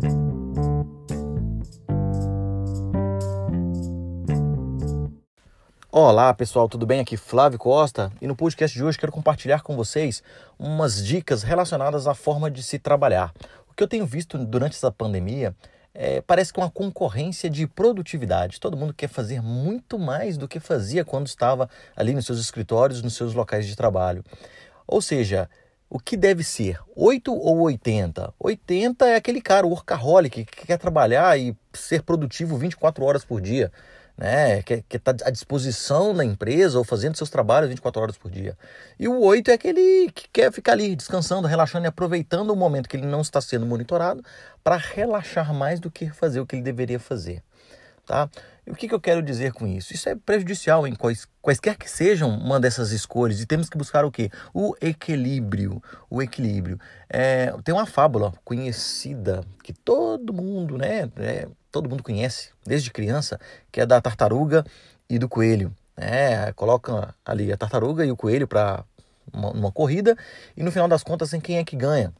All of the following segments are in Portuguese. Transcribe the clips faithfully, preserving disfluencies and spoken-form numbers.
Olá pessoal, tudo bem? Aqui Flávio Costa e no podcast de hoje quero compartilhar com vocês umas dicas relacionadas à forma de se trabalhar. O que eu tenho visto durante essa pandemia é, parece que é uma concorrência de produtividade. Todo mundo quer fazer muito mais do que fazia quando estava ali nos seus escritórios, nos seus locais de trabalho. Ou seja, o que deve ser? oito ou oitenta? oitenta é aquele cara, o workaholic, que quer trabalhar e ser produtivo vinte e quatro horas por dia. Né, que está à disposição da empresa ou fazendo seus trabalhos vinte e quatro horas por dia. E o oito é aquele que quer ficar ali descansando, relaxando e aproveitando o momento que ele não está sendo monitorado para relaxar mais do que fazer o que ele deveria fazer. Tá? E o que, que eu quero dizer com isso? Isso é prejudicial em quais, quaisquer que sejam uma dessas escolhas, e temos que buscar o quê? O equilíbrio. O equilíbrio. É, tem uma fábula conhecida que todo mundo, né, é, todo mundo conhece desde criança, que é da tartaruga e do coelho. É, coloca ali a tartaruga e o coelho para uma, uma corrida e no final das contas, em quem é que ganha?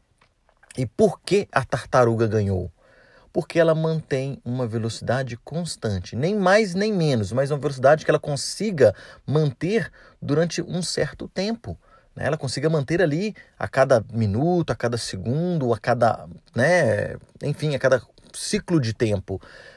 E por que a tartaruga ganhou? Porque ela mantém uma velocidade constante, nem mais nem menos, mas uma velocidade que ela consiga manter durante um certo tempo. Né? Ela consiga manter ali a cada minuto, a cada segundo, a cada, né, enfim, a cada ciclo de tempo.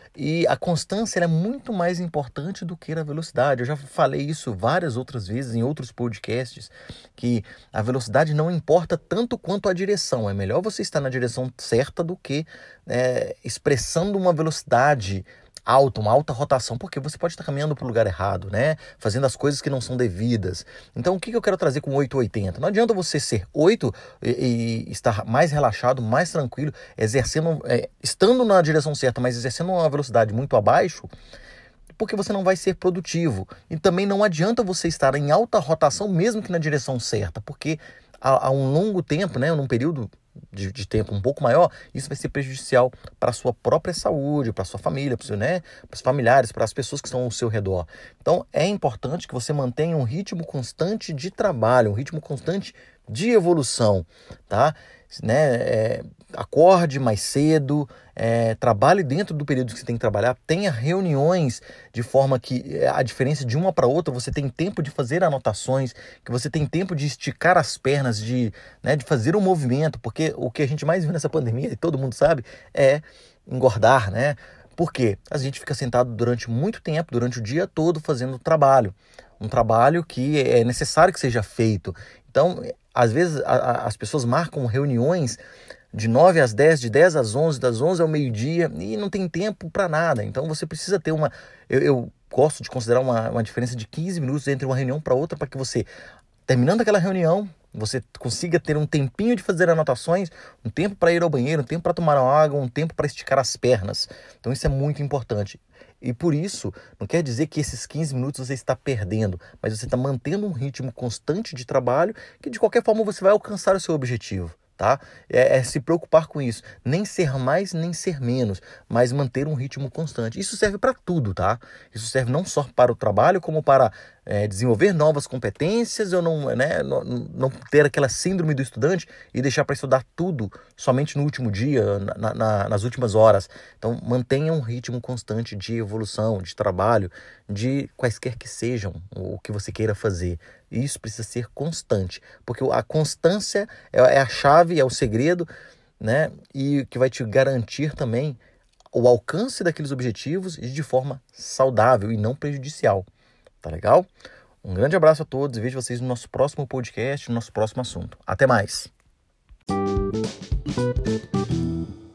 E a constância ela é muito mais importante do que a velocidade. Eu já falei isso várias outras vezes em outros podcasts, que a velocidade não importa tanto quanto a direção. É melhor você estar na direção certa do que é, expressando uma velocidade alta, uma alta rotação, porque você pode estar caminhando para o lugar errado, né? Fazendo as coisas que não são devidas. Então, o que eu quero trazer com oito oitenta? Não adianta você ser oito e, e estar mais relaxado, mais tranquilo, exercendo, é, estando na direção certa, mas exercendo uma velocidade muito abaixo, porque você não vai ser produtivo. E também não adianta você estar em alta rotação, mesmo que na direção certa, porque há, há um longo tempo, né, num período De, de tempo um pouco maior, isso vai ser prejudicial para a sua própria saúde, para a sua família, para né, os familiares, para as pessoas que estão ao seu redor. Então é importante que você mantenha um ritmo constante de trabalho, um ritmo constante de evolução, tá? Né, é, acorde mais cedo, é, trabalhe dentro do período que você tem que trabalhar, tenha reuniões de forma que a diferença de uma para outra, você tem tempo de fazer anotações, que você tem tempo de esticar as pernas, de, né, de fazer um movimento, porque o que a gente mais viu nessa pandemia, e todo mundo sabe, é engordar, né? Por quê? A gente fica sentado durante muito tempo, durante o dia todo, fazendo trabalho. Um trabalho que é necessário que seja feito. Então, às vezes, a, a, as pessoas marcam reuniões de nove às dez, de dez às onze, das onze ao meio-dia, e não tem tempo para nada. Então, você precisa ter uma... Eu, eu gosto de considerar uma, uma diferença de quinze minutos entre uma reunião para outra, para que você, terminando aquela reunião, você consiga ter um tempinho de fazer anotações, um tempo para ir ao banheiro, um tempo para tomar uma água, um tempo para esticar as pernas. Então isso é muito importante. E por isso, não quer dizer que esses quinze minutos você está perdendo, mas você está mantendo um ritmo constante de trabalho que de qualquer forma você vai alcançar o seu objetivo. Tá? É, é se preocupar com isso, nem ser mais nem ser menos, mas manter um ritmo constante. Isso serve para tudo, tá? Isso serve não só para o trabalho, como para é, desenvolver novas competências, ou não, né, não, não ter aquela síndrome do estudante e deixar para estudar tudo somente no último dia, na, na, nas últimas horas. Então mantenha um ritmo constante de evolução, de trabalho, de quaisquer que sejam o que você queira fazer. Isso precisa ser constante, porque a constância é a chave, é o segredo, né? E que vai te garantir também o alcance daqueles objetivos de forma saudável e não prejudicial. Tá legal? Um grande abraço a todos e vejo vocês no nosso próximo podcast, no nosso próximo assunto. Até mais!